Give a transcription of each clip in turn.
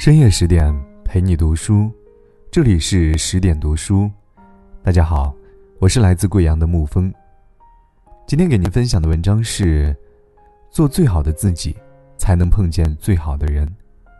深夜10点陪你读书，这里是10点读书。大家好，我是来自贵阳的沐风。今天给您分享的文章是做最好的自己，才能碰见最好的人。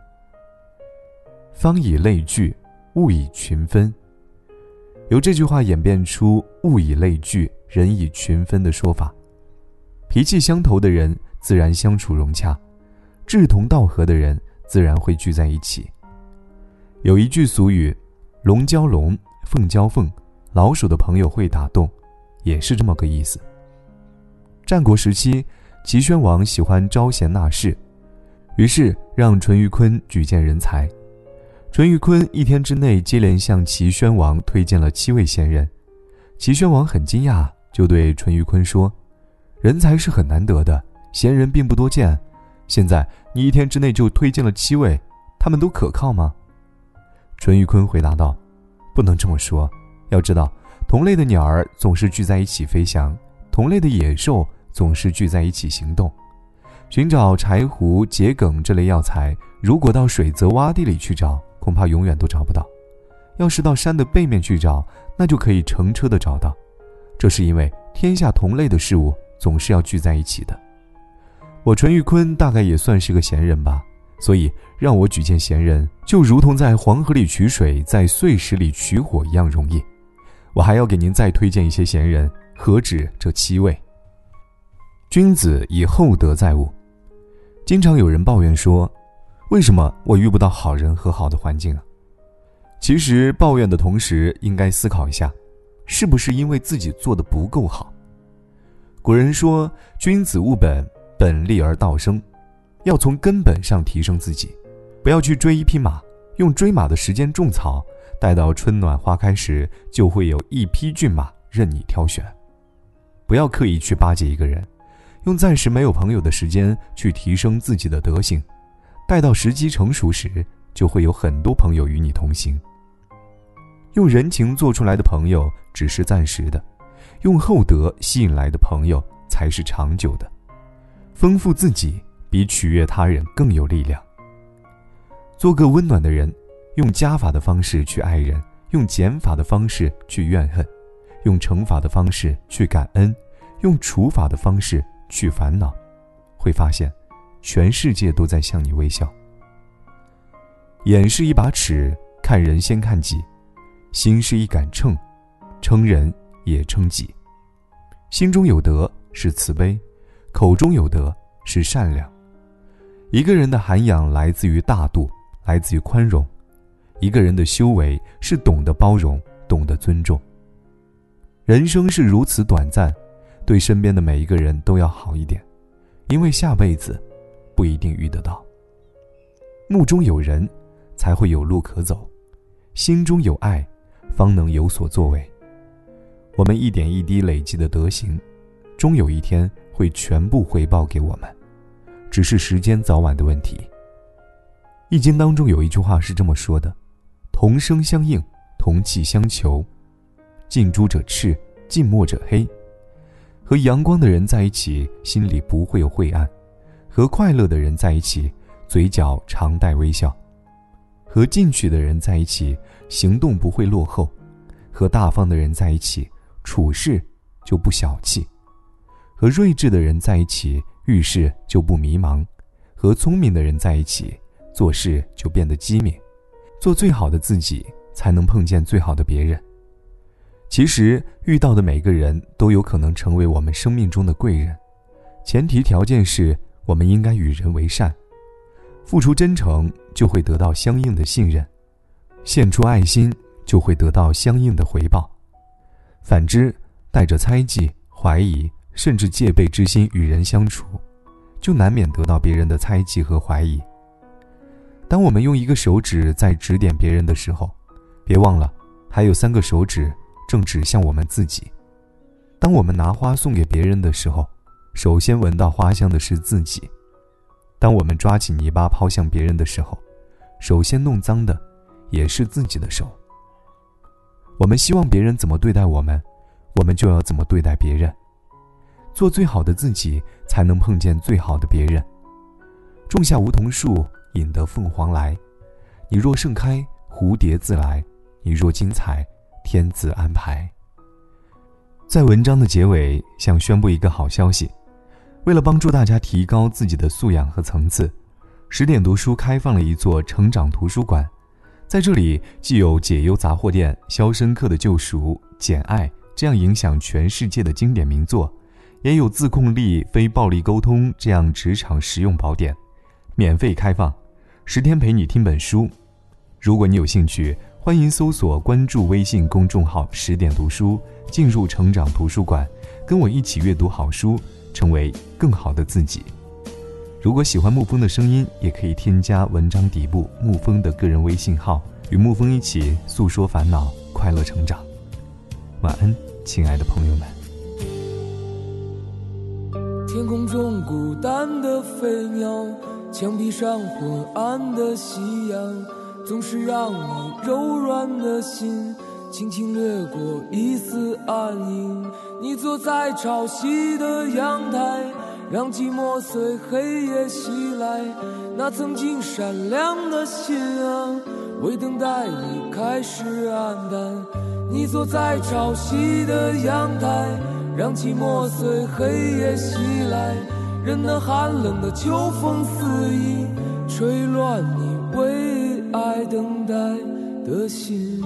方以类聚，物以群分。由这句话演变出物以类聚，人以群分的说法。脾气相投的人自然相处融洽，志同道合的人自然会聚在一起。有一句俗语，龙交龙，凤交凤，老鼠的朋友会打洞，也是这么个意思。战国时期，齐宣王喜欢招贤纳士，于是让淳于髡举荐人才。淳于髡一天之内接连向齐宣王推荐了7位贤人。齐宣王很惊讶，就对淳于髡说，人才是很难得的，贤人并不多见，现在你一天之内就推荐了7位，他们都可靠吗？淳于髡回答道，不能这么说，要知道同类的鸟儿总是聚在一起飞翔，同类的野兽总是聚在一起行动。寻找柴胡、桔梗这类药材，如果到水泽洼地里去找，恐怕永远都找不到。要是到山的背面去找，那就可以乘车的找到。这是因为天下同类的事物总是要聚在一起的。我淳于髡大概也算是个贤人吧，所以让我举荐贤人，就如同在黄河里取水，在碎石里取火一样容易。我还要给您再推荐一些贤人，何止这7位。君子以厚德载物。经常有人抱怨说，为什么我遇不到好人和好的环境啊？其实抱怨的同时，应该思考一下，是不是因为自己做得不够好。古人说，君子务本，本立而道生，要从根本上提升自己，不要去追一匹马，用追马的时间种草，待到春暖花开时，就会有一匹骏马任你挑选。不要刻意去巴结一个人，用暂时没有朋友的时间去提升自己的德行，待到时机成熟时，就会有很多朋友与你同行。用人情做出来的朋友只是暂时的，用厚德吸引来的朋友才是长久的。丰富自己比取悦他人更有力量。做个温暖的人，用加法的方式去爱人，用减法的方式去怨恨，用乘法的方式去感恩，用除法的方式去烦恼，会发现全世界都在向你微笑。眼是一把尺，看人先看己；心是一杆秤，称人也称己。心中有德是慈悲，口中有德是善良。一个人的涵养来自于大度，来自于宽容。一个人的修为是懂得包容，懂得尊重。人生是如此短暂，对身边的每一个人都要好一点，因为下辈子不一定遇得到。目中有人，才会有路可走；心中有爱，方能有所作为。我们一点一滴累积的德行，终有一天会全部回报给我们，只是时间早晚的问题。易经当中有一句话是这么说的，同声相应，同气相求，近朱者赤，近墨者黑。和阳光的人在一起，心里不会有晦暗；和快乐的人在一起，嘴角常带微笑；和进取的人在一起，行动不会落后；和大方的人在一起，处事就不小气；和睿智的人在一起，遇事就不迷茫；和聪明的人在一起，做事就变得机敏。做最好的自己，才能碰见最好的别人。其实遇到的每个人都有可能成为我们生命中的贵人，前提条件是我们应该与人为善。付出真诚，就会得到相应的信任；献出爱心，就会得到相应的回报。反之，带着猜忌、怀疑甚至戒备之心与人相处，就难免得到别人的猜忌和怀疑。当我们用一个手指在指点别人的时候，别忘了还有3个手指正指向我们自己。当我们拿花送给别人的时候，首先闻到花香的是自己。当我们抓起泥巴抛向别人的时候，首先弄脏的也是自己的手。我们希望别人怎么对待我们，我们就要怎么对待别人。做最好的自己，才能碰见最好的别人。种下梧桐树，引得凤凰来。 你若盛开，蝴蝶自来；你若精彩，天自安排。在文章的结尾，想宣布一个好消息，为了帮助大家提高自己的素养和层次，10点读书开放了一座成长图书馆。在这里，既有解忧杂货店、肖申克的救赎、简爱这样影响全世界的经典名作，也有自控力、非暴力沟通这样职场实用宝典，免费开放，10天陪你听本书。如果你有兴趣，欢迎搜索关注微信公众号10点读书，进入成长图书馆，跟我一起阅读好书，成为更好的自己。如果喜欢沐风的声音，也可以添加文章底部沐风的个人微信号，与沐风一起诉说烦恼，快乐成长。晚安，亲爱的朋友们。 天空中孤单的飞鸟，墙壁上昏暗的夕阳，总是让你柔软的心轻轻掠过一丝暗影。你坐在潮汐的阳台，让寂寞随黑夜袭来，那曾经闪亮的心啊，为等待你开始黯淡。你坐在潮汐的阳台，让寂寞随黑夜袭来，任那寒冷的秋风肆意吹乱你为爱等待的心。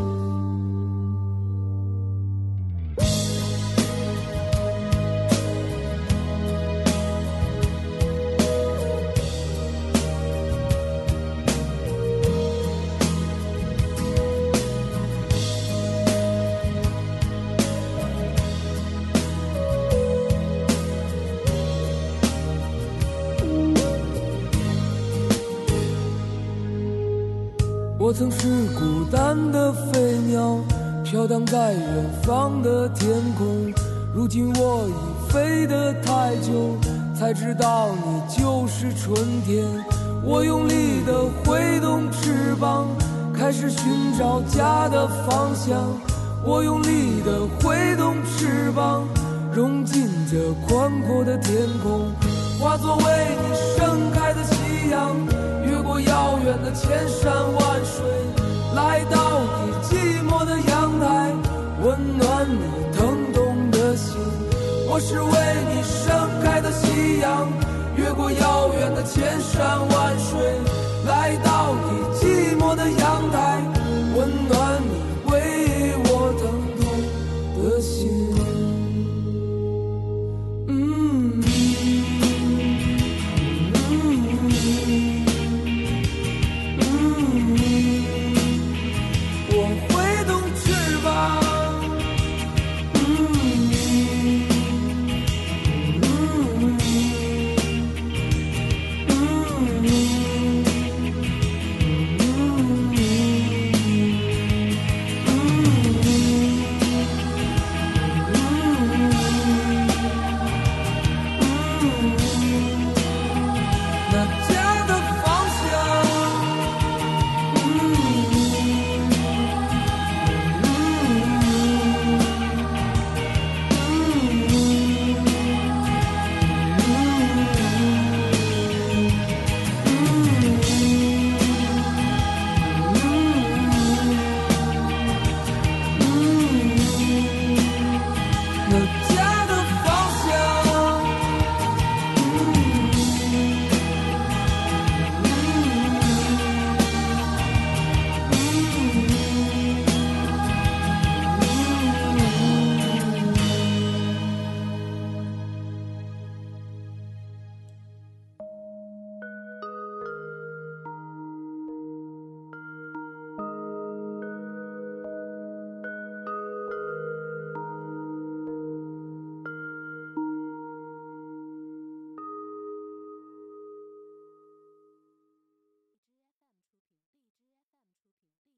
我曾是孤单的飞鸟，飘荡在远方的天空，如今我已飞得太久，才知道你就是春天。我用力地挥动翅膀，开始寻找家的方向。我用力地挥动翅膀，融进这宽阔的天空，化作为你盛开的夕阳，越过遥远的千山万水，来到你寂寞的阳台，温暖你疼痛的心。我是为你盛开的夕阳，越过遥远的千山万水，